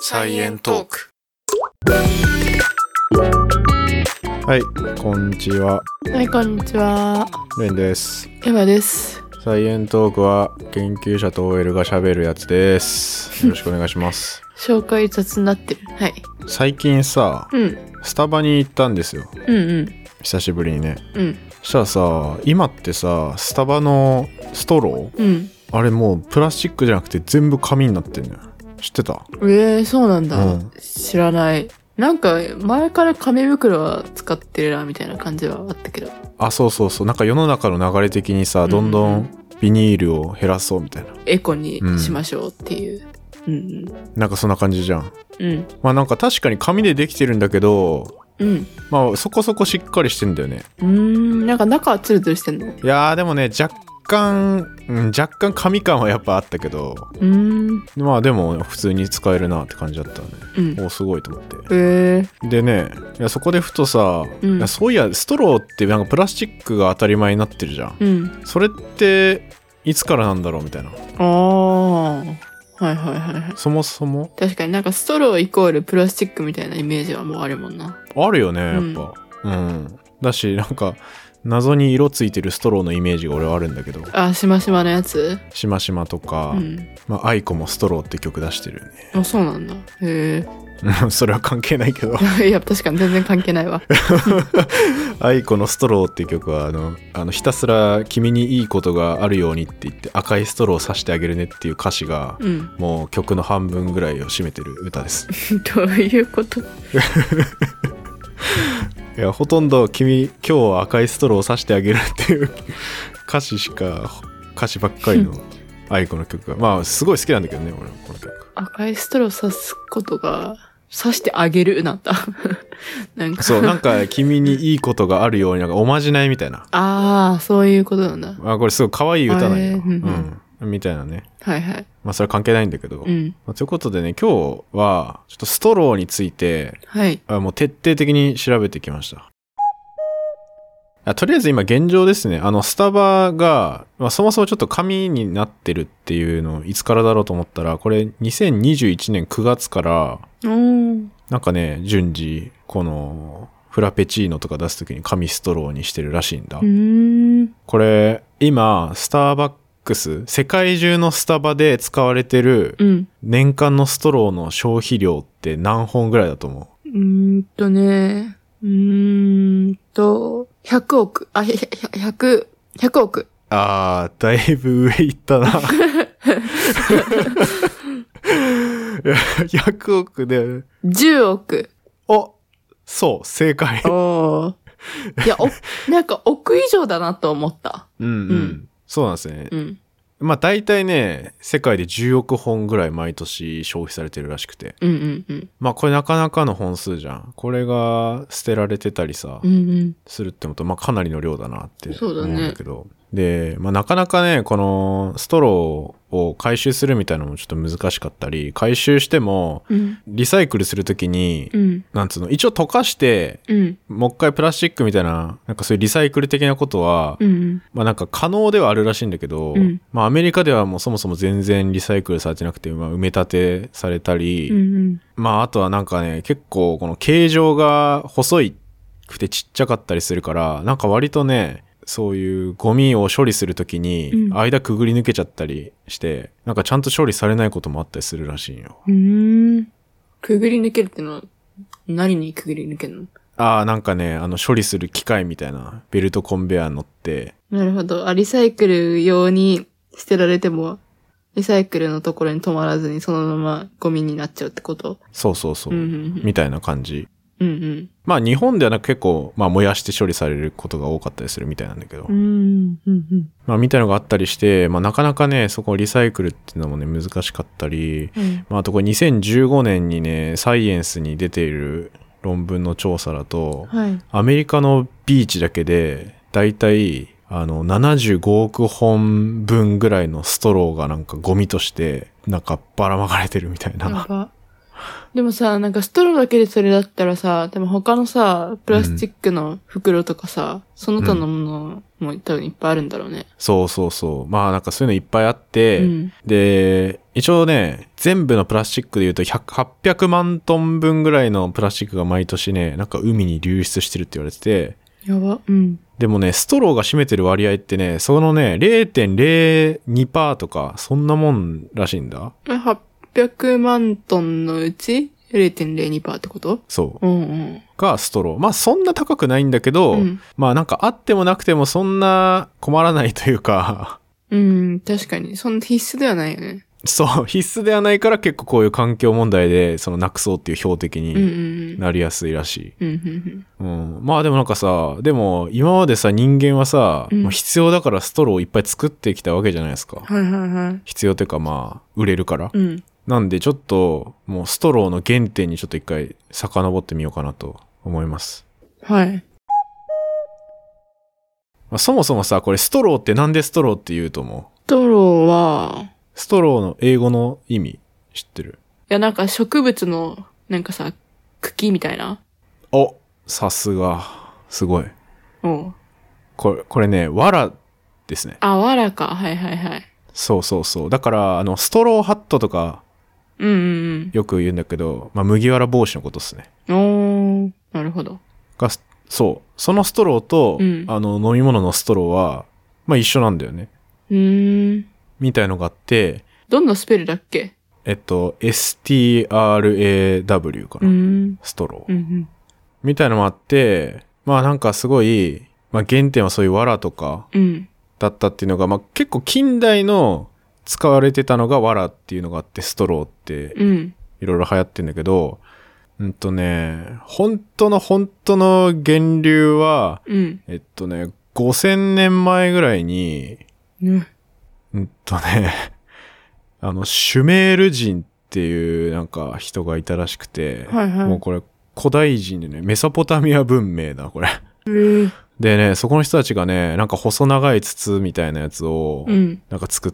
サイエントーク。 はい、こんにちは。 はい、こんにちは。 レンです。 エマです。 サイエントークは研究者と OL が喋るやつです。よろしくお願いします。 紹介雑になってる。はい。 最近さ、スタバに行ったんですよ。久しぶりにね。そしたらさ、今ってさ、スタバのストロー、あれもうプラスチックじゃなくて全部紙になってんのよ。知ってた？ そうなんだ、知らない。なんか前から紙袋は使ってるなみたいな感じはあったけど。 あ、そうそうそう。なんか世の中の流れ的にさ、どんどんビニールを減らそうみたいな。 エコにしましょうっていう。 なんかそんな感じじゃん。まあなんか確かに紙でできてるんだけど、まあそこそこしっかりしてんだよね。 なんか中はツルツルしてんの？ いやーでもね、若干紙感はやっぱあったけど、まあでも普通に使えるなって感じだったね。お、すごいと思って。でね、いやそこでふとさ、いやそういやストローってなんかプラスチックが当たり前になってるじゃん。それっていつからなんだろうみたいな。そもそも確かになんかストローイコールプラスチックみたいなイメージはもうあるもんな。 あるよね、やっぱ。だしなんか謎に色ついてるストローのイメージが俺はあるんだけど。 しましまのやつ？ しましまとか、まあアイコもストローって曲出してるよね。 あ、そうなんだ。へえ。それは関係ないけど。 いや確かに全然関係ないわ。 アイコのストローっていう曲はひたすら君にいいことがあるようにって言って赤いストローを刺してあげるねっていう歌詞が、もう曲の半分ぐらいを占めてる歌です。 どういうこと？ いやほとんど君今日は赤いストローを刺してあげるっていう歌詞ばっかりのアイコの曲がまあすごい好きなんだけどね、俺この曲。赤いストローを刺すことが刺してあげるなんだ。 なんか君にいいことがあるようになんかおまじないみたいな。 そういうことなんだ。 これすごい可愛い歌なんよ。みたいなね。まあそれは関係ないんだけど。ということでね、今日はちょっとストローについて、もう徹底的に調べてきました。とりあえず今現状ですね。スタバが、そもそもちょっと紙になってるっていうのをいつからだろうと思ったら、これ2021年9月から、なんかね、順次、このフラペチーノとか出すときに紙ストローにしてるらしいんだ。これ、今、スターバックス、世界中のスタバで使われてる年間のストローの消費量って何本ぐらいだと思う ？100億。100億。 だいぶ上いったな。100億で。 10億。 そう、正解。 いや、なんか億以上だなと思った。 そうなんですね。まあ大体ね、世界で10億本ぐらい毎年消費されてるらしくて。まあこれなかなかの本数じゃん。これが捨てられてたりさ、するって思うと、まあかなりの量だなって思うんだけど。で、まあなかなかね、このストローを回収するみたいなのもちょっと難しかったり、回収しても、リサイクルするときに、なんつうの、一応溶かして、もう一回プラスチックみたいな、なんかそういうリサイクル的なことは、まあなんか可能ではあるらしいんだけど、まあアメリカではもうそもそも全然リサイクルされてなくて、まあ埋め立てされたり、まああとはなんかね、結構この形状が細くてちっちゃかったりするから、なんか割とね、そういうゴミを処理するときに間くぐり抜けちゃったりして、なんかちゃんと処理されないこともあったりするらしいよ。 くぐり抜けるってのは何にくぐり抜けるの？ なんかね、処理する機械みたいなベルトコンベヤー乗って。なるほど。リサイクル用に捨てられても、リサイクルのところに止まらずにそのままゴミになっちゃうってこと？そう。 みたいな感じ。まあ日本ではなく結構、まあ燃やして処理されることが多かったりするみたいなんだけど。まあみたいなのがあったりして、まあなかなかね、そこをリサイクルっていうのもね、難しかったり、まああとこれ2015年にね、サイエンスに出ている論文の調査だと、アメリカのビーチだけで、だいたい75億本分ぐらいのストローがなんかゴミとして、なんかばらまかれてるみたいな。 でもさ、なんかストローだけでそれだったらさ、でも他のさ、プラスチックの袋とかさ、その他のものも多分いっぱいあるんだろうね。 そうそうそう。まあなんかそういうのいっぱいあって、で、一応ね、全部のプラスチックで言うと800万トン分ぐらいのプラスチックが毎年ね、なんか海に流出してるって言われてて。 やば。 でもね、ストローが占めてる割合ってね、そのね、0.02% とか、そんなもんらしいんだ。 800万トンのうち 0.02% ってこと？ そう。がストロー。まあそんな高くないんだけど、まあなんかあってもなくてもそんな困らないというか。 確かに。そんな必須ではないよね。 そう、必須ではないから結構こういう環境問題で、なくそうっていう標的になりやすいらしい。まあでもなんかさ、でも今までさ、人間はさ、必要だからストローをいっぱい作ってきたわけじゃないですか。必要というかまあ、売れるから。なんでちょっと、もうストローの原点にちょっと一回遡ってみようかなと思います。 はい。 まあ、そもそもさ、これストローってなんでストローって言うと思う？ ストローは、 ストローの英語の意味知ってる？ いや、なんか植物の、なんかさ、茎みたいな。 お、さすが。すごい。 おこれね、藁ですね。 あ、藁か。はいはいはい。 そうそうそう。だから、ストローハットとか、よく言うんだけど、まあ、麦わら帽子のことですね。 なるほど。 そう。そのストローと、飲み物のストローは、まあ一緒なんだよね。みたいのがあって、 どんなスペルだっけ ？STRAW かな。ストロー。みたいのもあって、まあなんかすごい、まあ原点はそういう藁とか、だったっていうのが、まあ結構近代の使われてたのが藁っていうのがあって、ストローって、いろいろ流行ってんだけど、本当の源流は、5000年前ぐらいに、シュメール人っていうなんか人がいたらしくて、もうこれ古代人でね、メソポタミア文明だ、これ。でね、そこの人たちがね、なんか細長い筒みたいなやつを、なんか作って、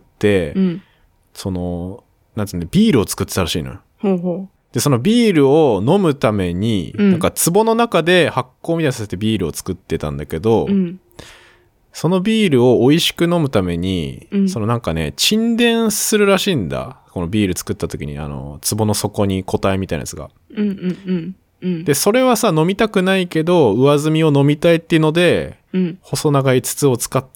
なんつうの、ビールを作ってたらしいのよ。で、そのビールを飲むために、なんか壺の中で発酵みたいなさせてビールを作ってたんだけど、そのビールを美味しく飲むために、なんかね、沈殿するらしいんだ。このビール作った時に、壺の底に固体みたいなやつが。で、それはさ、飲みたくないけど、上澄みを飲みたいっていうので、細長い筒を使って、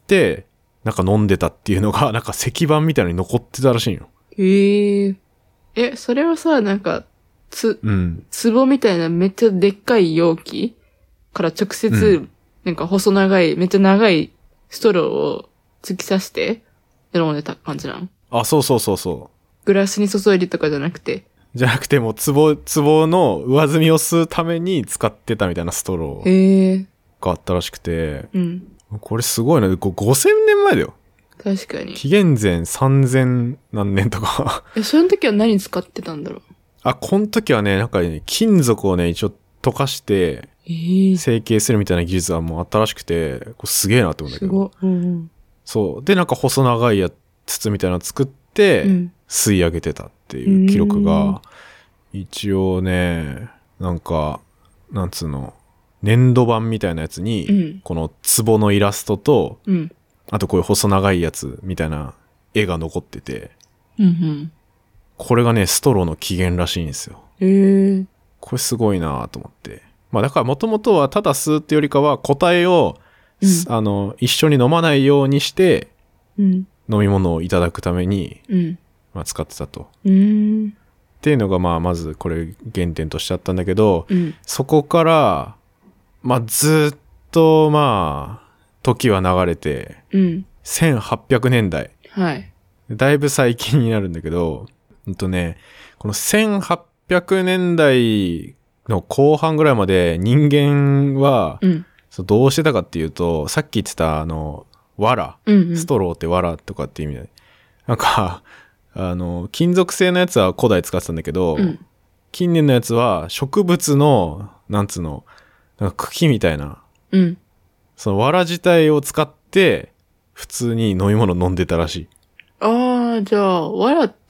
なんか飲んでたっていうのが、なんか石板みたいなのに残ってたらしいよ。 へえ。それはさ、なんか、壺みたいなめっちゃでっかい容器から直接、なんか細長い、めっちゃ長いストローを突き刺して飲んでた感じなの？ あ、そう。 グラスに注いでとかじゃなくてもう壺の上澄みを吸うために使ってたみたいなストローがあったらしくて、これすごいな。5000年前だよ。 確かに。 紀元前3000何年とか。 その時は何使ってたんだろう？ この時はね、なんかね、金属をね、一応溶かして、成形するみたいな技術はもうあったらしくて、これすげえなって思うんだけど。 すごい。 そう。で、なんか細長い筒みたいなの作って、吸い上げてたっていう記録が、一応ね、なんか、なんつうの、粘土板みたいなやつに、この壺のイラストと、あとこういう細長いやつみたいな絵が残ってて、これがね、ストローの起源らしいんですよ。これすごいなと思って。まあだから元々はただ吸うってよりかは固体を、一緒に飲まないようにして、飲み物をいただくために、まあ、使ってたと。っていうのがまずこれ原点としてあったんだけど、そこから、まあずっと時は流れて、1800年代。だいぶ最近になるんだけど、この1800年代の後半ぐらいまで人間は、どうしてたかっていうと、さっき言ってた藁、ストローって藁とかって意味で、なんか、金属製のやつは古代使ってたんだけど、近年のやつは植物の、なんつうの、なんか茎みたいな、その藁自体を使って、普通に飲み物飲んでたらしい。 あ、じゃあ、藁って、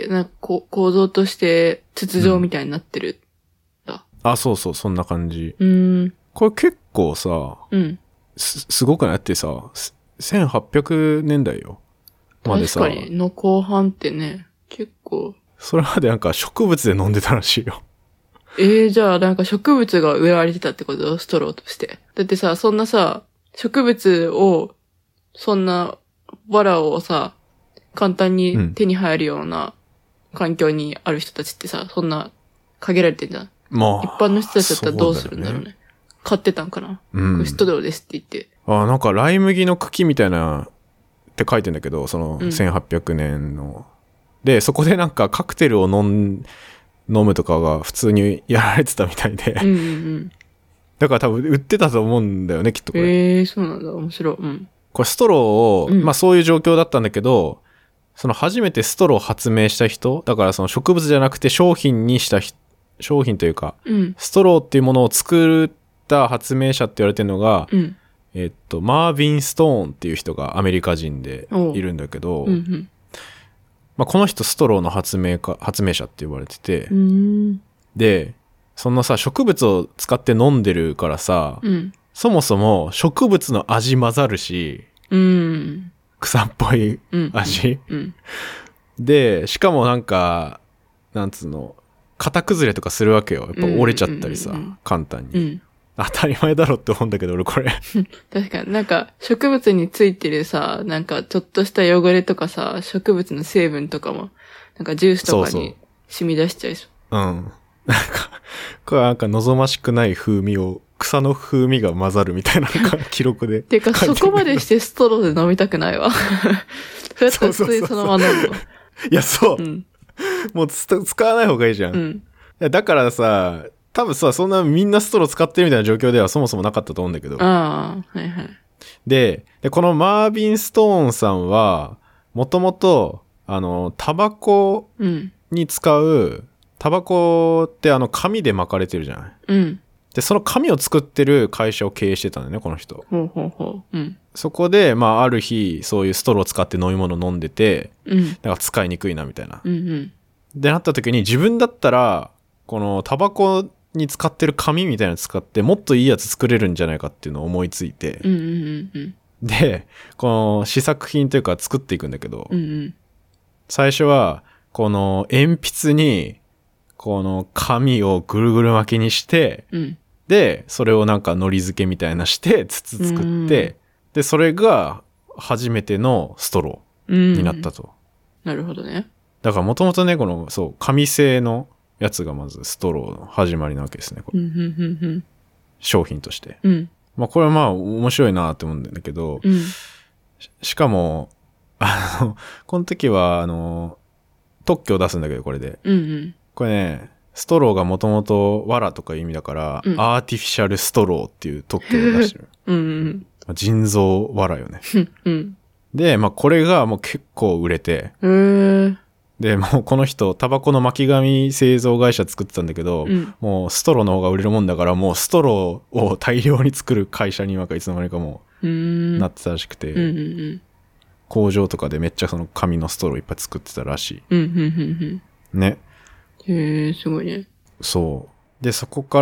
なんか構造として筒状みたいになってるんだ。 そうそう、そんな感じ。これ結構さ、すごくないってさ、1800年代よ。までさ。 確かに、の後半ってね、結構。 それまでなんか植物で飲んでたらしいよ。 じゃあなんか植物が植えられてたってこと？ストローとして。だってさ、そんなさ、植物を、そんな、藁をさ、簡単に手に入るような環境にある人たちってさ、そんな限られてんじゃん。まあ。一般の人たちだったらどうするんだろうね。買ってたんかな。これストローですって言って。 なんかライ麦の茎みたいなって書いてんだけど、その1800年の。で、そこでなんかカクテルを飲むとかが普通にやられてたみたいで。だから多分売ってたと思うんだよね、きっとこれ。 そうなんだ。面白い。 これストローを、まあそういう状況だったんだけど、その初めてストローを発明した人、だからその植物じゃなくて商品にした商品というか、ストローっていうものを作った発明者って言われてるのが、マービン・ストーンっていう人がアメリカ人でいるんだけど、まあ、この人ストローの発明者って言われてて、で、そのさ、植物を使って飲んでるからさ、そもそも植物の味混ざるし、草っぽい味、で、しかもなんか、なんつうの、型崩れとかするわけよ。やっぱ折れちゃったりさ、簡単に。当たり前だろって思うんだけど、俺これ。 確かになんか植物についてるさ、なんかちょっとした汚れとかさ、植物の成分とかも、なんかジュースとかに染み出しちゃいそう。 なんか、これなんか望ましくない風味を、草の風味が混ざるみたいな記録で。 てか、そこまでしてストローで飲みたくないわ。それだったら普通にそのまま飲むわ。 いや、そう。もう使わない方がいいじゃん。いやだからさ、多分さ、そんなみんなストロー使ってるみたいな状況ではそもそもなかったと思うんだけど。 はいはい。 で、このマービン・ストーンさんは、もともと、タバコに使う、タバコって紙で巻かれてるじゃない。で、その紙を作ってる会社を経営してたんだよね、この人。そこで、まあ、ある日、そういうストローを使って飲み物飲んでて、だから使いにくいな、みたいな。で、なった時に自分だったら、このタバコに使ってる紙みたいなの使って、もっといいやつ作れるんじゃないかっていうのを思いついて、で、この試作品というか作っていくんだけど、最初は、この鉛筆に、この紙をぐるぐる巻きにして、で、それをなんか海苔漬けみたいなして筒作って、で、それが初めてのストローになったと。 なるほどね。 だからもともとね、この、そう、紙製のやつがまずストローの始まりなわけですね。これ商品として。まあこれはまあ面白いなって思うんだけど、しかも、この時は、特許を出すんだけど、これで。これね、ストローがもともと藁とかいう意味だから、アーティフィシャルストローっていう特許を出してる。腎臓藁よね。で、まあこれがもう結構売れて、で、もうこの人、タバコの巻き紙製造会社作ってたんだけど、もうストローの方が売れるもんだから、もうストローを大量に作る会社になんかいつの間にかもうなってたらしくて、工場とかでめっちゃその紙のストローいっぱい作ってたらしい。ね。 へえ、すごいね。 そう。で、そこから、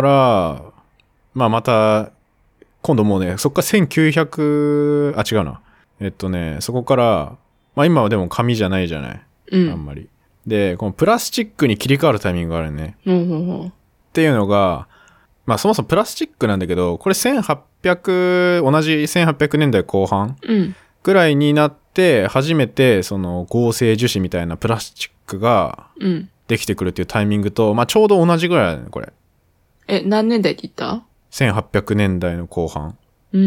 まあまた、今度もうね、そこから1900、違うな。そこから、まあ今はでも紙じゃないじゃない。あんまり。で、このプラスチックに切り替わるタイミングがあるね。っていうのが、まあそもそもプラスチックなんだけど、これ同じ1800年代後半ぐらいになって、初めてその合成樹脂みたいなプラスチックができてくるっていうタイミングと、まあちょうど同じぐらいだね、これ。 何年代って言った？ 1800 年代の後半。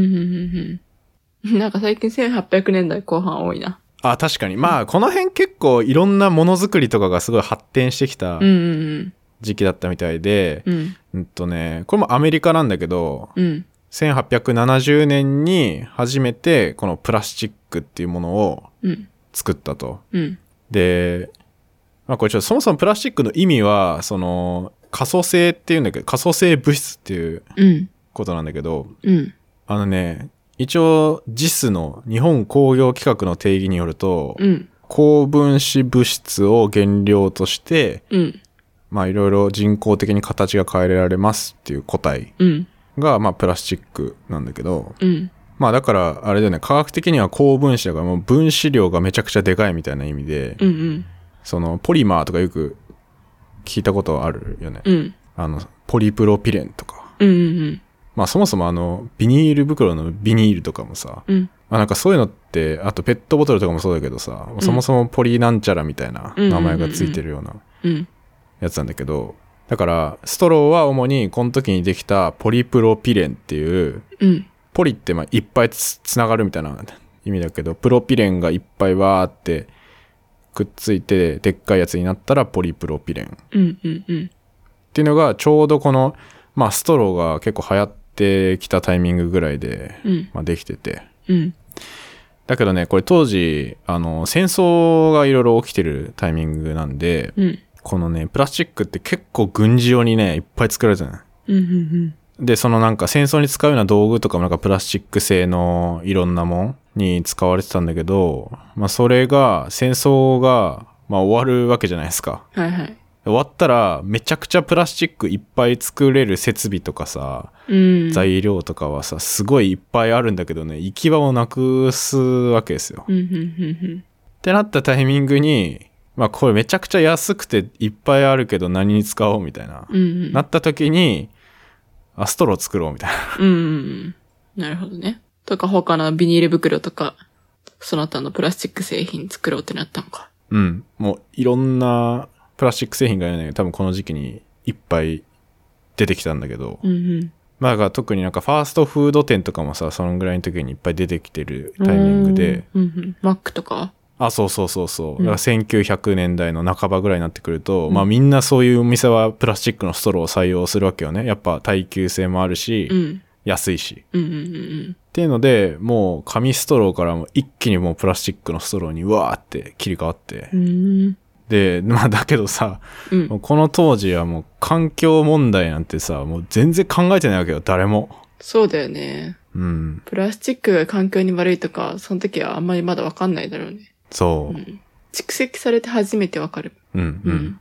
なんか最近1800年代後半多いな。 確かに。まあ、この辺結構いろんなものづくりとかがすごい発展してきた時期だったみたいで、これもアメリカなんだけど、1870年に初めてこのプラスチックっていうものを作ったと。で、まあこれちょっとそもそもプラスチックの意味は、その可塑性っていうんだけど、可塑性物質っていうことなんだけど、一応JISの日本工業規格の定義によると、 高分子物質を原料として、 うん、 まあいろいろ人工的に形が変えられますっていう個体が、まあプラスチックなんだけど、 うん、 まあだからあれだよね、科学的には高分子だからもう分子量がめちゃくちゃでかいみたいな意味で、 うんうん、 そのポリマーとかよく聞いたことあるよね。 うん、 ポリプロピレンとか。 うんうんうん、 まあそもそもビニール袋のビニールとかもさ、 うん、 まあなんかそういうのって、あとペットボトルとかもそうだけどさ、うん、そもそもポリなんちゃらみたいな名前がついてるようなやつなんだけど、だからストローは主にこの時にできたポリプロピレンっていう、 うん、 ポリってまあいっぱいつながるみたいな意味だけど、プロピレンがいっぱいわーってくっついてでっかいやつになったらポリプロピレン、 うんうんうん、 っていうのがちょうどこの、まあ、ストローが結構流行ってきたタイミングぐらいで、まあ、できてて、 うん、 だけどねこれ当時戦争がいろいろ起きてるタイミングなんで、 うん、 このねプラスチックって結構軍事用にねいっぱい作られてるね、 うんうんうん、 でそのなんか戦争に使うような道具とかもなんかプラスチック製のいろんなもんに使われてたんだけど、まあそれが戦争がまあ終わるわけじゃないですか。 はいはい。 終わったらめちゃくちゃプラスチックいっぱい作れる設備とかさ、 うん、 材料とかはさすごいいっぱいあるんだけどね行き場をなくすわけですよ、 うんうんうんうん、 ってなったタイミングにまあこれめちゃくちゃ安くていっぱいあるけど何に使おうみたいな、 うんうん、 なった時にストロー作ろうみたいな、 うんうん、なるほどね。とか他のビニール袋とかその他のプラスチック製品作ろうってなったのか。 うん、もういろんなプラスチック製品がね多分この時期にいっぱい出てきたんだけど、 うんうん、 まあだから特になんかファーストフード店とかもさそのぐらいの時にいっぱい出てきてるタイミングで、 うんうん、マックとかそうそうそうそう、だから1900年代の半ばぐらいになってくると、 うん、 まあみんなそういうお店はプラスチックのストローを採用するわけよね。やっぱ耐久性もあるし、 うん、 安いし、 うんうんうん、 っていうのでもう紙ストローからも一気にもうプラスチックのストローにうわーって切り替わって、 うん、 でまあだけどさ、 うん、 もうこの当時はもう環境問題なんてさもう全然考えてないわけよ誰も。 そうだよね。 うん。 プラスチックが環境に悪いとかその時はあんまりまだ分かんないだろうね。 そう、 うん、蓄積されて初めて分かる。 うんうん、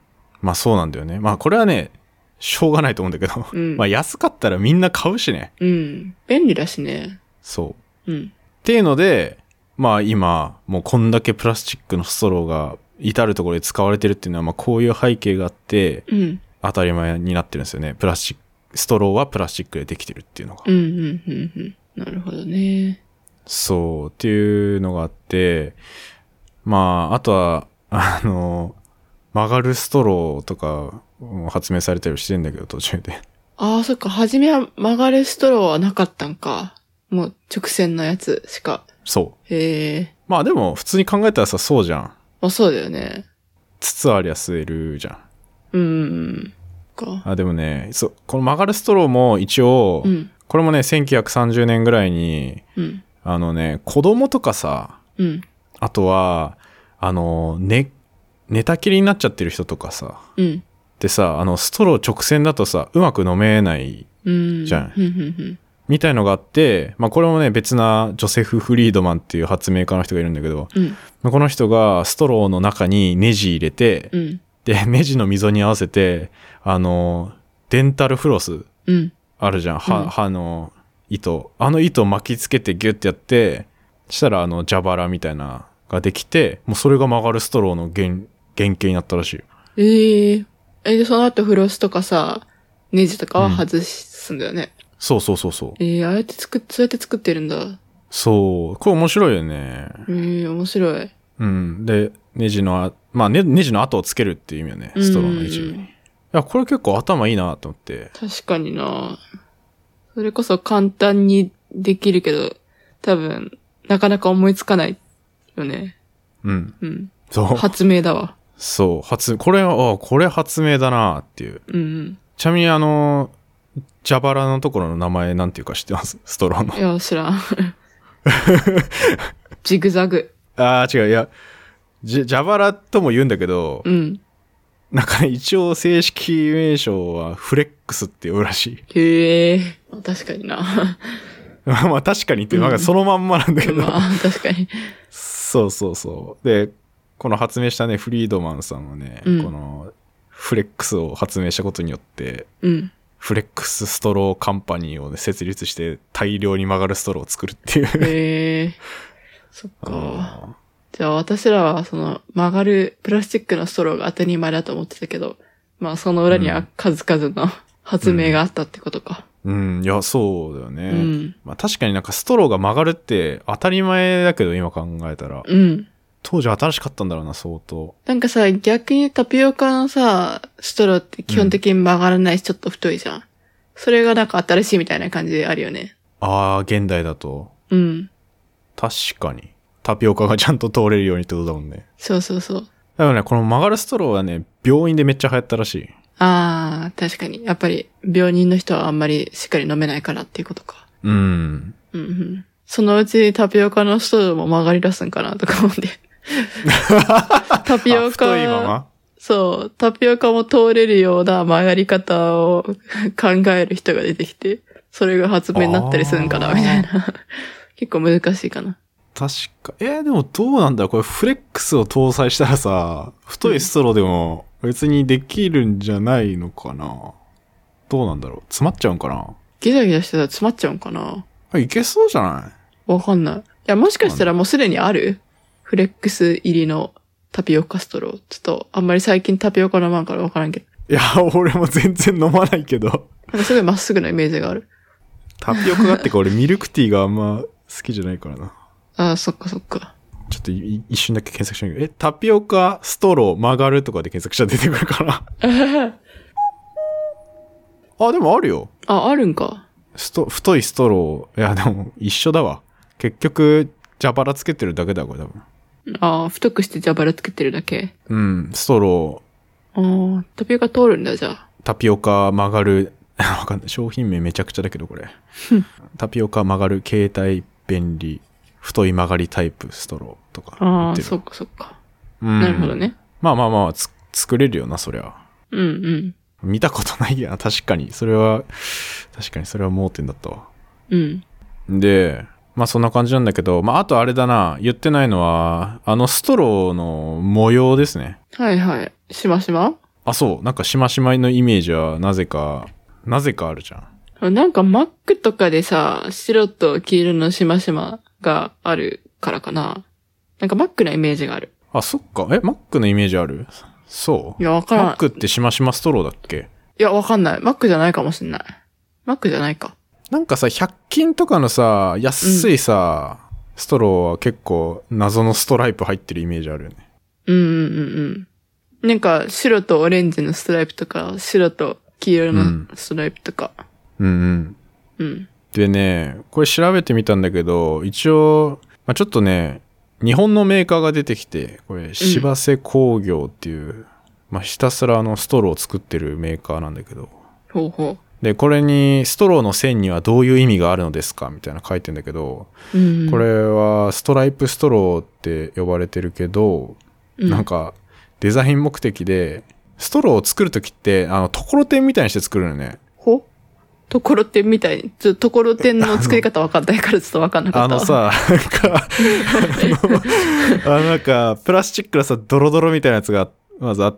まあそうなんだよね。まあこれはねしょうがないと思うんだけど、うん、まあ安かったらみんな買うしね。 うん。便利だしね。 そう。 うん。 っていうので、まあ今、もうこんだけプラスチックのストローが至るところで使われてるっていうのは、まあこういう背景があって、 うん、 当たり前になってるんですよね。ストローはプラスチックでできてるっていうのが。 うんうんうんうん。なるほどね。 そう。っていうのがあって、まああとは、曲がるストローとか発明されたりしてんだけど途中で。 ああ、そっか。初めは曲がるストローはなかったんか。もう直線のやつしか。 そう。 へえ。 まあでも普通に考えたらさ、そうじゃん。 あ、そうだよね。 筒ありゃ吸えるじゃん。 でもね、この曲がるストローも一応、うん、これもね、1930年ぐらいに、うん、子供とかさ、 うん、 あとは、寝たきりになっちゃってる人とかさ、 うん、 でさ、ストロー直線だとさ、うまく飲めないじゃん。みたいのがあって、まあこれもね、別なジョセフ・フリードマンっていう発明家の人がいるんだけど、 うん、 この人がストローの中にネジ入れて、 うん、 で、ネジの溝に合わせて、デンタルフロス、あるじゃん、歯の糸。糸を巻きつけてギュッてやって、したら蛇腹みたいなができて、もうそれが曲がるストローの原型になったらしいよ。 で、その後フロスとかさ、ネジとかは外すんだよね。 そうそうそうそう。 そうやって作ってるんだ。 そう。これ面白いよね。 面白い。 うん。で、ネジの跡をつけるっていう意味よね。ストローの位置に。いや、これ結構頭いいなと思って。 確かにな。それこそ簡単にできるけど、多分、なかなか思いつかないよね。 うん。 うん。 そう。 発明だわ。 そう。これ発明だなっていう。 うん。 ちなみに蛇腹のところの名前なんていうか知ってます？ストローの。 いや、知らん。ジグザグ。 違う。いや、蛇腹とも言うんだけど、 うん。 なんか一応正式名称はフレックスって呼ぶらしい。へえ。確かにな。 まあ確かにって、なんかそのまんまなんだけど。 まあ確かに。 そう。で、 この発明したね、フリードマンさんはね、このフレックスを発明したことによって、フレックスストローカンパニーを、ね、設立して大量に曲がるストローを作るっていう。 そっか。じゃあ私らはその曲がるプラスチックのストローが当たり前だと思ってたけど、まあその裏には数々の発明があったってことか。 いや、そうだよね。まあ確かになんかストローが曲がるって当たり前だけど今考えたら。当時新しかったんだろうな、相当。 なんかさ、逆にタピオカのさ、ストローって基本的に曲がらないし、ちょっと太いじゃん。それがなんか新しいみたいな感じであるよね。 ああ、現代だと。確かに。タピオカがちゃんと通れるようにってことだもんね。 そうそうそう。 だからね、この曲がるストローはね、病院でめっちゃ流行ったらしい。 ああ、確かに。やっぱり、病人の人はあんまりしっかり飲めないからっていうことか。そのうちタピオカのストローも曲がり出すんかなとか思って。タピオカ。 太いまま？ そう、タピオカも通れるような曲がり方を考える人が出てきて、それが発明になったりするんかな、みたいな。結構難しいかな。 確か。でもどうなんだろう、これフレックスを搭載したらさ、太いストローでも別にできるんじゃないのかな。どうなんだろう、詰まっちゃうんかな。 ギザギザしてたら詰まっちゃうんかな。 いけそうじゃない？ わかんない。いや、もしかしたらもうすでにあるフレックス入りのタピオカストロー。ちょっと、あんまり最近タピオカ飲まんからわからんけど。 いや、俺も全然飲まないけど。なんかすごいまっすぐなイメージがある。 タピオカがってか俺ミルクティーがあんま好きじゃないからな。 ああ、そっかそっか。 ちょっと一瞬だけ検索してみる。タピオカストロー曲がるとかで検索したら出てくるかな。あ、でもあるよ。 あるんか。 太いストロー。いや、でも一緒だわ。結局、蛇腹つけてるだけだ、これ多分。 太くして蛇腹つけてるだけ。 ストロー。タピオカ通るんだ、じゃあ。 タピオカ曲がる、わかんない。商品名めちゃくちゃだけど、これ。タピオカ曲がる携帯便利、太い曲がりタイプストローとか。 そっかそっか。なるほどね。 まあ、作れるよな、そりゃ。見たことないや、確かに。それは盲点だったわ。で、まあそんな感じなんだけど、まああとあれだな、言ってないのは、ストローの模様ですね。 はいはい。しましま？ そう。なんかしましまのイメージはなぜかあるじゃん。なんかマックとかでさ、白と黄色のしましまがあるからかな。なんかマックのイメージがある。 そっか。マックのイメージある？そう。 いや、わからん。 マックってしましまストローだっけ？ いや、わかんない。マックじゃないかもしんない。マックじゃないか。 なんかさ、100均とかのさ、安いさ、ストローは結構謎のストライプ入ってるイメージあるよね。 なんか白とオレンジのストライプとか、白と黄色のストライプとか。 でね、これ調べてみたんだけど、一応、まあ、ちょっとね、日本のメーカーが出てきて、これ、芝瀬工業っていう、まあ、ひたすらストローを作ってるメーカーなんだけど。 ほうほう。 で、これに、ストローの線にはどういう意味があるのですかみたいな書いてんだけど、これは、ストライプストローって呼ばれてるけど、なんか、デザイン目的で、ストローを作るときって、ところてんみたいにして作るのね。 ところてんみたいに。ところてんの作り方わかんないからちょっとわかんなかった。 なんか、プラスチックのさ、ドロドロみたいなやつがまずあって、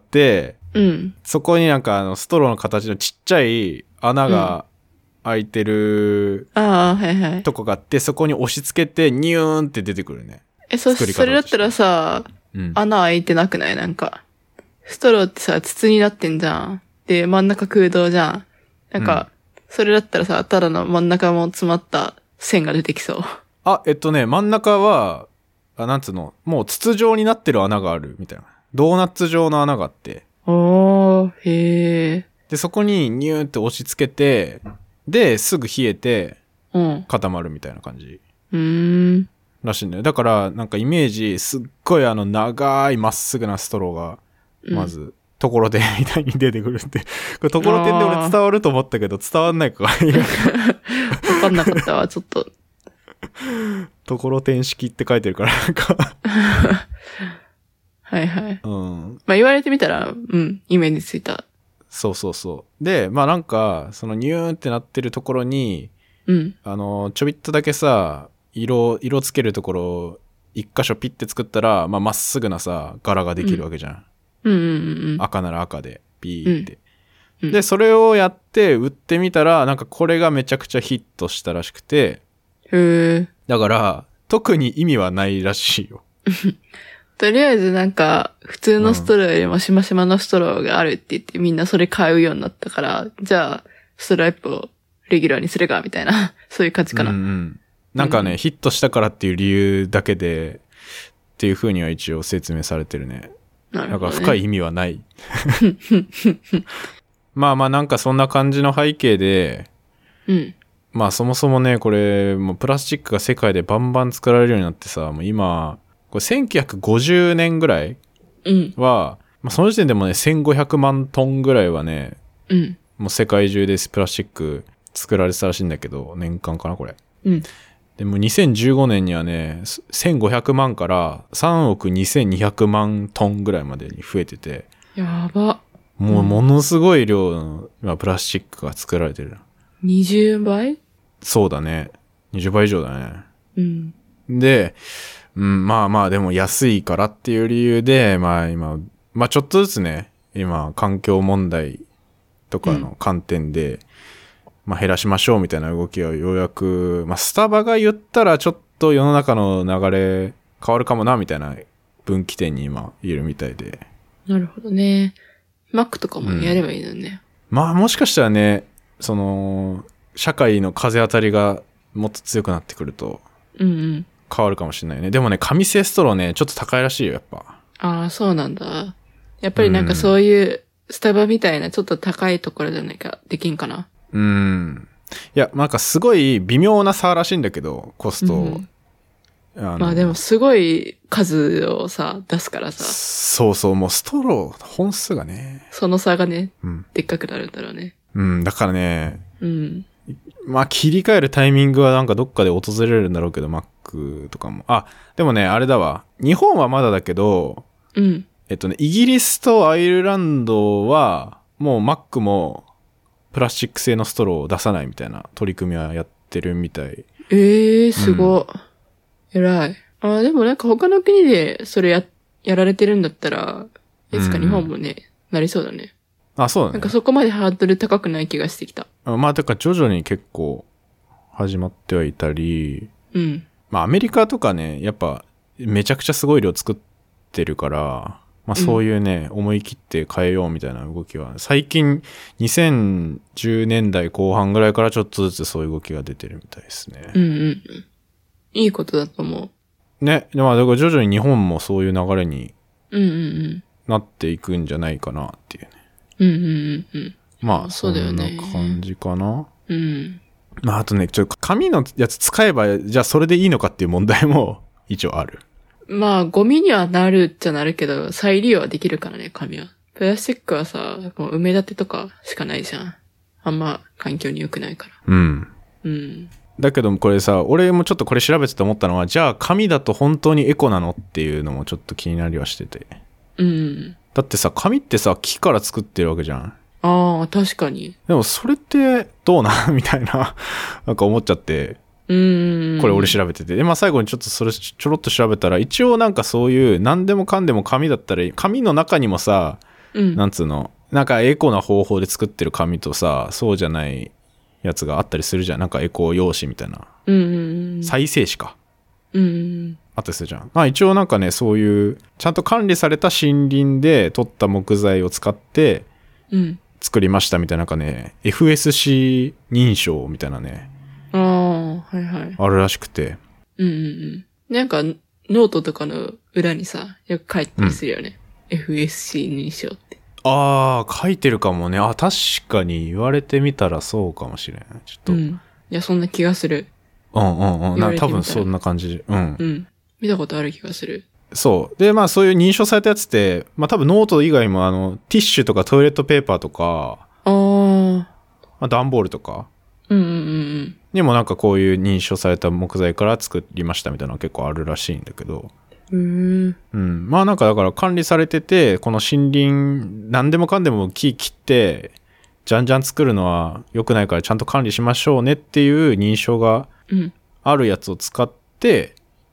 そこになんかストローの形のちっちゃい穴が開いてるとこがあって、そこに押し付けてニューンって出てくるね。 それだったらさ、穴開いてなくない？なんか、ストローってさ、筒になってんじゃん。で、真ん中空洞じゃん。なんか、それだったらさ、ただの真ん中も詰まった線が出てきそう。 真ん中は、なんつうの、もう筒状になってる穴があるみたいな。ドーナツ状の穴があって。 へえ。 で、そこにニューって押し付けて、で、すぐ冷えて、固まるみたいな感じ。らしいんだよ。だから、なんかイメージ、すっごい長いまっすぐなストローが、まず、ところてんみたいに出てくるって。これところてんで俺伝わると思ったけど、伝わんないか。わかんなかったわ、ちょっと。 ところてん式って書いてるから、なんか。 はいはい。まあ言われてみたら、イメージついた。 そう。で、まあなんか、そのニューンってなってるところに、ちょびっとだけさ、色つけるところ一箇所ピッて作ったら、まっすぐなさ、柄ができるわけじゃん。赤なら赤で、ピーって。で、それをやって売ってみたら、なんかこれがめちゃくちゃヒットしたらしくて。だから、特に意味はないらしいよ。 とりあえずなんか、普通のストローよりもしましまのストローがあるって言ってみんなそれ買うようになったから、じゃあ、ストライプをレギュラーにするかみたいな、そういう感じかな。 なんかね、ヒットしたからっていう理由だけで、っていう風には一応説明されてるね。 なるほどね。 だから深い意味はない。まあなんかそんな感じの背景で、まあそもそもね、これ、もうプラスチックが世界でバンバン作られるようになってさ、もう今、これ1950年ぐらいは、まあその時点でもね、1500万トンぐらいはね、もう世界中でプラスチック作られてたらしいんだけど、年間かな、これ。でも2015年にはね、1500万から3億2200万トンぐらいまでに増えてて。 やば。 もうものすごい量の今プラスチックが作られてる。 20倍？ そうだね。20倍以上だね。で、まあでも安いからっていう理由で、まあ今、ちょっとずつね、今環境問題とかの観点で、減らしましょうみたいな動きはようやく、スタバが言ったらちょっと世の中の流れ変わるかもなみたいな分岐点に今いるみたいで。 なるほどね。マックとかもやればいいのね。 もしかしたらね、その、社会の風当たりがもっと強くなってくると、変わるかもしれないね。でもね、紙製ストローね、ちょっと高いらしいよ、やっぱ。 ああ、そうなんだ。やっぱりなんかそういうスタバみたいなちょっと高いところじゃないか、できんかな。 いや、なんかすごい微妙な差らしいんだけど、コスト。 でもすごい数をさ、出すからさ。 そう、もうストロー、本数がね。 その差がね、でっかくなるんだろうね。 だからね、切り替えるタイミングはなんかどっかで訪れるんだろうけど、Mac とかも。でもね、あれだわ。日本はまだだけど、イギリスとアイルランドは、もう Mac も、プラスチック製のストローを出さないみたいな取り組みはやってるみたい。 すごい。偉い。でもなんか他の国でそれやられてるんだったら、いつか日本もね、なりそうだね。 そうだね。 なんかそこまでハードル高くない気がしてきた。 だから徐々に結構始まってはいたり、アメリカとかね、やっぱめちゃくちゃすごい量作ってるから、そういうね、思い切って変えようみたいな動きは、最近2010年代後半ぐらいからちょっとずつそういう動きが出てるみたいですね。 いいことだと思う。ね。だから徐々に日本もそういう流れになっていくんじゃないかなっていうね。 そうだよね。 そんな感じかな。あとね、紙のやつ使えば、じゃあそれでいいのかっていう問題も一応ある。 ゴミにはなるっちゃなるけど、再利用はできるからね、紙は。プラスチックはさ、もう埋め立てとかしかないじゃん。あんま環境に良くないから。だけどこれさ、俺もちょっとこれ調べてて思ったのは、じゃあ紙だと本当にエコなのっていうのもちょっと気になりはしてて。だってさ、紙ってさ、木から作ってるわけじゃん。 確かに。 でもそれってどうなみたいな、なんか思っちゃって。これ俺調べてて。で、最後にちょっとそれちょろっと調べたら、一応なんかそういう何でもかんでも紙だったら、紙の中にもさ、なんつうの、なんかエコな方法で作ってる紙とさ、そうじゃないやつがあったりするじゃん。なんかエコ用紙みたいな。再生紙か。あったりするじゃん。一応なんかね、そういう、ちゃんと管理された森林で取った木材を使って、作りましたみたいな、なんかね、FSC 認証みたいなね。あるらしくて。 なんか、ノートとかの裏にさ、よく書いてたりするよね。FSC 認証って。 書いてるかもね。確かに言われてみたらそうかもしれん。ちょっと。 いや、そんな気がする。 多分そんな感じ。 見たことある気がする。 そう。で、そういう認証されたやつって、多分ノート以外もティッシュとかトイレットペーパーとか、段ボールとか。にもなんかこういう認証された木材から作りましたみたいなのが結構あるらしいんだけど。なんかだから管理されてて、この森林、何でもかんでも木切って、じゃんじゃん作るのは良くないからちゃんと管理しましょうねっていう認証があるやつを使って、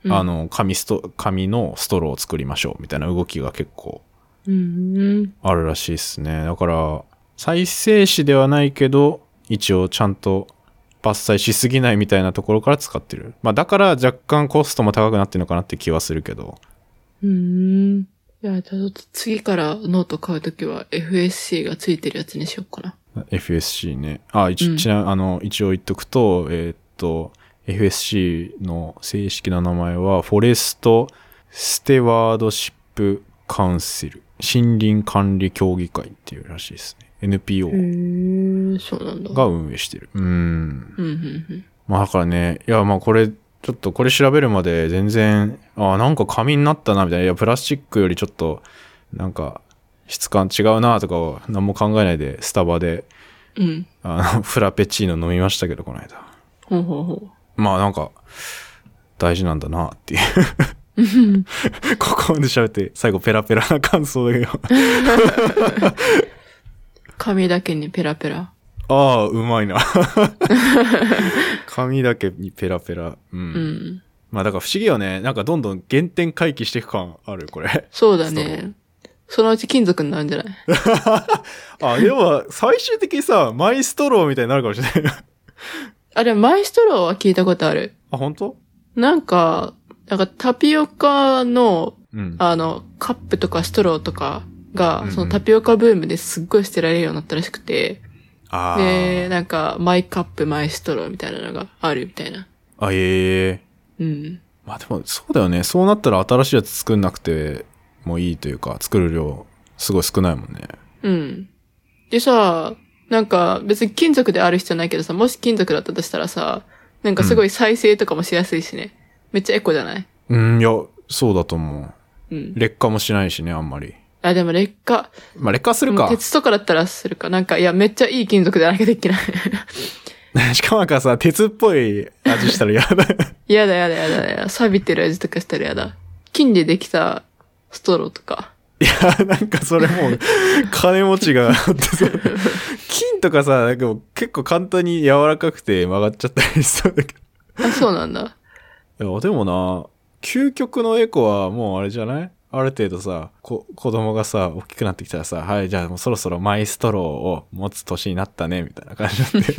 紙のストローを作りましょうみたいな動きが結構あるらしいですね。だから再生紙ではないけど一応ちゃんと伐採しすぎないみたいなところから使ってる。まあだから若干コストも高くなってるのかなって気はするけど。 いや、ちょっと次からノート買うときは FSC がついてるやつにしようかな。 FSC ね。一応言っとくと、FSC の正式な名前はフォレストステワードシップカウンセル森林管理協議会っていうらしいですね。NPO そうなんだが運営してる。まあだからね、いやまあこれちょっとこれ調べるまで全然なんか紙になったなみたいな、いやプラスチックよりちょっとなんか質感違うなとかを何も考えないでスタバで、フラペチーノ飲みましたけどこの間。まあなんか大事なんだなっていうここまで喋って最後ペラペラな感想だけど紙だけにペラペラ。 うまいな紙だけにペラペラ。まあだから不思議よね。なんかどんどん原点回帰していく感あるこれ。 そうだね。そのうち金属になるんじゃないでも最終的にさマイストローみたいになるかもしれないでもマイストローは聞いたことある。 本当？ なんかタピオカの、カップとかストローとかが、そのタピオカブームですっごい捨てられるようになったらしくて、で、なんか、マイカップ、マイストローみたいなのがあるみたいな。まあでも、そうだよね。そうなったら新しいやつ作んなくてもいいというか、作る量、すごい少ないもんね。 でさ、なんか、別に金属である必要ないけどさ、もし金属だったとしたらさ、なんかすごい再生とかもしやすいしね。めっちゃエコじゃない？ いや、そうだと思う。劣化もしないしね、あんまり。 でも劣化。 まあ劣化するか。 鉄とかだったらするか。なんか、いや、めっちゃいい金属でなきゃできない。 しかもなんかさ、鉄っぽい味したら嫌だ。 やだ。錆びてる味とかしたら嫌だ。金でできたストローとか。 いや、なんかそれもう、金持ちがあってさ、金とかさ、なんかもう結構簡単に柔らかくて曲がっちゃったりしそうだけど。 そうなんだ。 いや、でもな、究極のエコはもうあれじゃない？ある程度さ、子供がさ、大きくなってきたらさ、はい、じゃあもうそろそろマイストローを持つ年になったね、みたいな感じになって。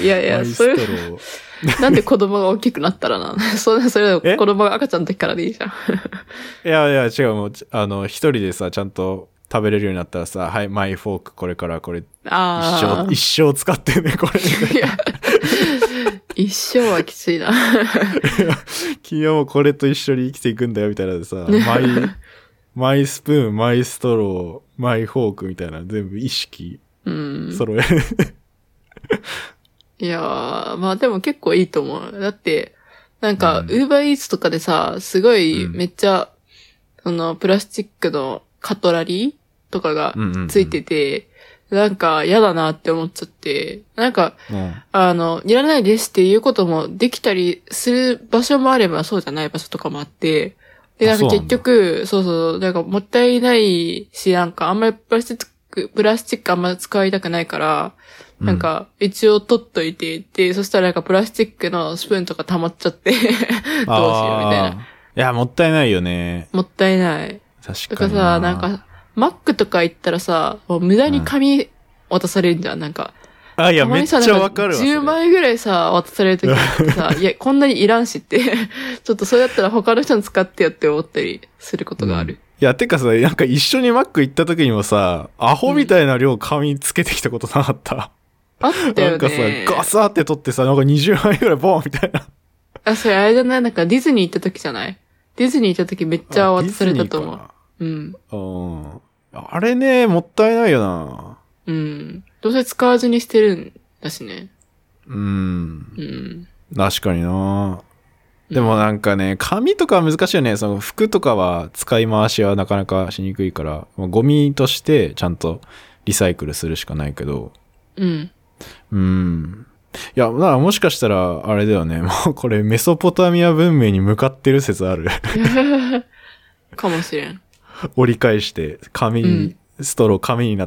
いや、そういう、なんで子供が大きくなったらな。それ子供が赤ちゃんの時からでいいじゃん。 いや、違う、もう、一人でさ、ちゃんと食べれるようになったらさ、はい、マイフォーク、これからこれ、一生使ってね、これ。いや一生はきついな。 君はもうこれと一緒に生きていくんだよみたいなでさ、マイスプーン、マイストロー、マイフォークみたいな全部意識揃える。 いやー、まあでも結構いいと思う。だって、なんか、ウーバーイーツとかでさ、すごいめっちゃ、プラスチックのカトラリーとかがついてて、なんか嫌だなって思っちゃって、なんか、いらないですっていうこともできたりする場所もあればそうじゃない場所とかもあって、で、なんか結局、なんかもったいないし、なんかあんまりプラスチックあんま使いたくないから、なんか一応取っといて、で、そしたらなんかプラスチックのスプーンとか溜まっちゃって、どうしようみたいな。 いや、もったいないよね。 もったいない。 確かに。 だからさ、なんか、マックとか行ったらさ、もう無駄に紙渡されるんじゃん、なんか。 いや、めっちゃわかるわ。 10枚ぐらいさ、渡されるときってさ、いや、こんなにいらんしって、ちょっとそれだったら他の人に使ってよって思ったりすることがある。 いや、てかさ、なんか一緒にマック行った時にもさ、アホみたいな量紙つけてきたことなかった。 あったよね。 なんかさ、ガサーって取ってさ、なんか20枚ぐらいボンみたいな。 それあれじゃない？なんかディズニー行った時じゃない？ディズニー行った時めっちゃ渡されたと思う。 あれね、もったいないよな。 どうせ使わずに捨てるんだしね。 確かにな。でもなんかね、紙とかは難しいよね。その服とかは使い回しはなかなかしにくいから、ゴミとしてちゃんとリサイクルするしかないけど。いや、だからもしかしたら、あれだよね。もうこれメソポタミア文明に向かってる説ある。 かもしれん。 折り返して、ストロー紙になって、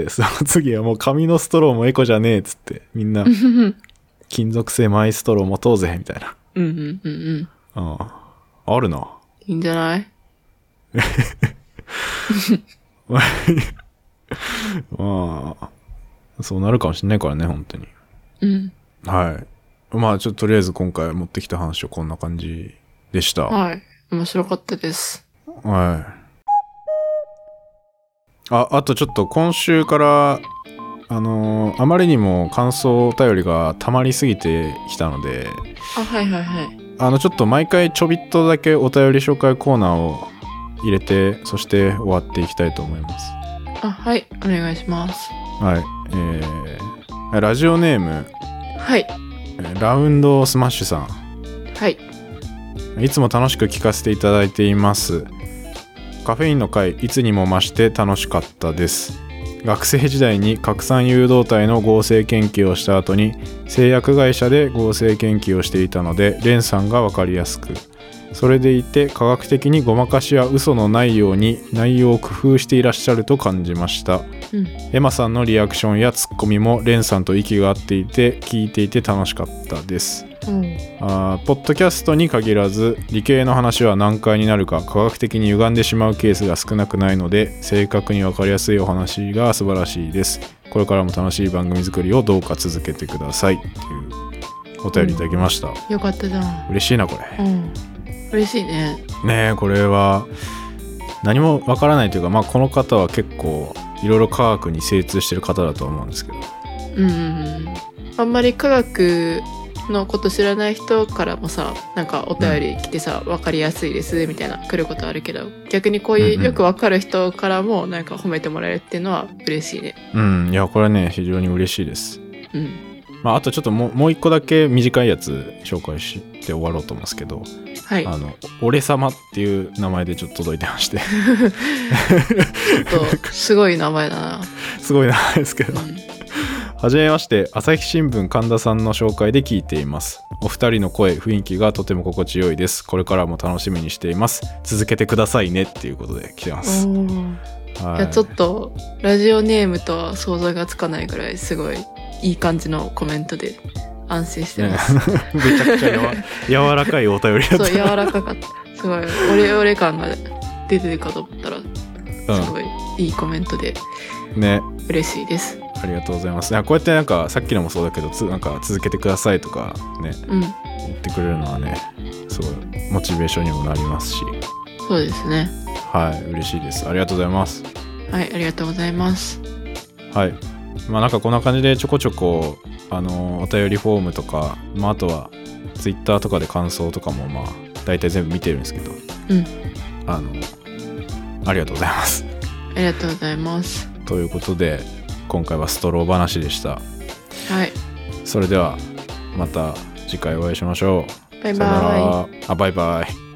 その次はもう紙のストローもエコじゃねえっつって、みんな、金属製マイストロー持とうぜ、みたいな。 あるな。 いいんじゃない？ まあ、そうなるかもしんないからね、本当に。 うん。 はい。まあ、ちょっととりあえず今回持ってきた話はこんな感じでした。 はい。面白かったです。 はい。あとちょっと今週から、あまりにも感想お便りが溜まりすぎてきたので、 はいはいはい。 ちょっと毎回ちょびっとだけお便り紹介コーナーを入れて、そして終わっていきたいと思います。 はい、お願いします。 はい。ラジオネーム、 はい。 ラウンドスマッシュさん。 はい。 いつも楽しく聞かせていただいています。カフェインの回、いつにも増して楽しかったです。学生時代に拡散誘導体の合成研究をした後に製薬会社で合成研究をしていたので、レンさんが分かりやすく、それでいて科学的にごまかしや嘘のないように内容を工夫していらっしゃると感じました。エマさんのリアクションやツッコミもレンさんと息が合っていて聞いていて楽しかったです。ポッドキャストに限らず理系の話は難解になるか科学的に歪んでしまうケースが少なくないので、正確に分かりやすいお話が素晴らしいです。これからも楽しい番組作りをどうか続けてくださいっていうお便りいただきました。 よかったじゃん。 嬉しいなこれ。 嬉しいね。 ねえ、これは何も分からないというか、まあこの方は結構いろいろ科学に精通してる方だと思うんですけど、 あんまり科学のこと知らない人からもさ、なんかお便り来てさ、分かりやすいですみたいな来ることあるけど、逆にこういうよく分かる人からもなんか褒めてもらえるっていうのは嬉しいね。 いやこれね非常に嬉しいです。まああとちょっともう一個だけ短いやつ紹介して終わろうと思うんですけど、はい、俺様っていう名前でちょっと届いてましてちょっとすごい名前だな。 すごい名前ですけど、はじめまして、朝日新聞神田さんの紹介で聞いています。お二人の声、雰囲気がとても心地よいです。これからも楽しみにしています。続けてくださいねっていうことで来てます。 いやちょっとラジオネームとは想像がつかないぐらいすごいいい感じのコメントで安心してます。 めちゃくちゃ柔らかいお便りだった。 そう、柔らかかった。すごい俺感が出てるかと思ったらすごいいいコメントでね、嬉しいです。 ありがとうございます。こうやってなんかさっきのもそうだけどなんか続けてくださいとかね、言ってくれるのはねすごいモチベーションにもなりますし。 そうですね。 はい、嬉しいです。ありがとうございます。 はい、ありがとうございます。 はい、まあなんかこんな感じでちょこちょこお便りフォームとか、まああとはツイッターとかで感想とかもまあ大体全部見てるんですけど、ありがとうございます。 ありがとうございます。 ということで今回はストロー話でした。 はい。 それではまた次回お会いしましょう。 バイバイ。 バイバイ。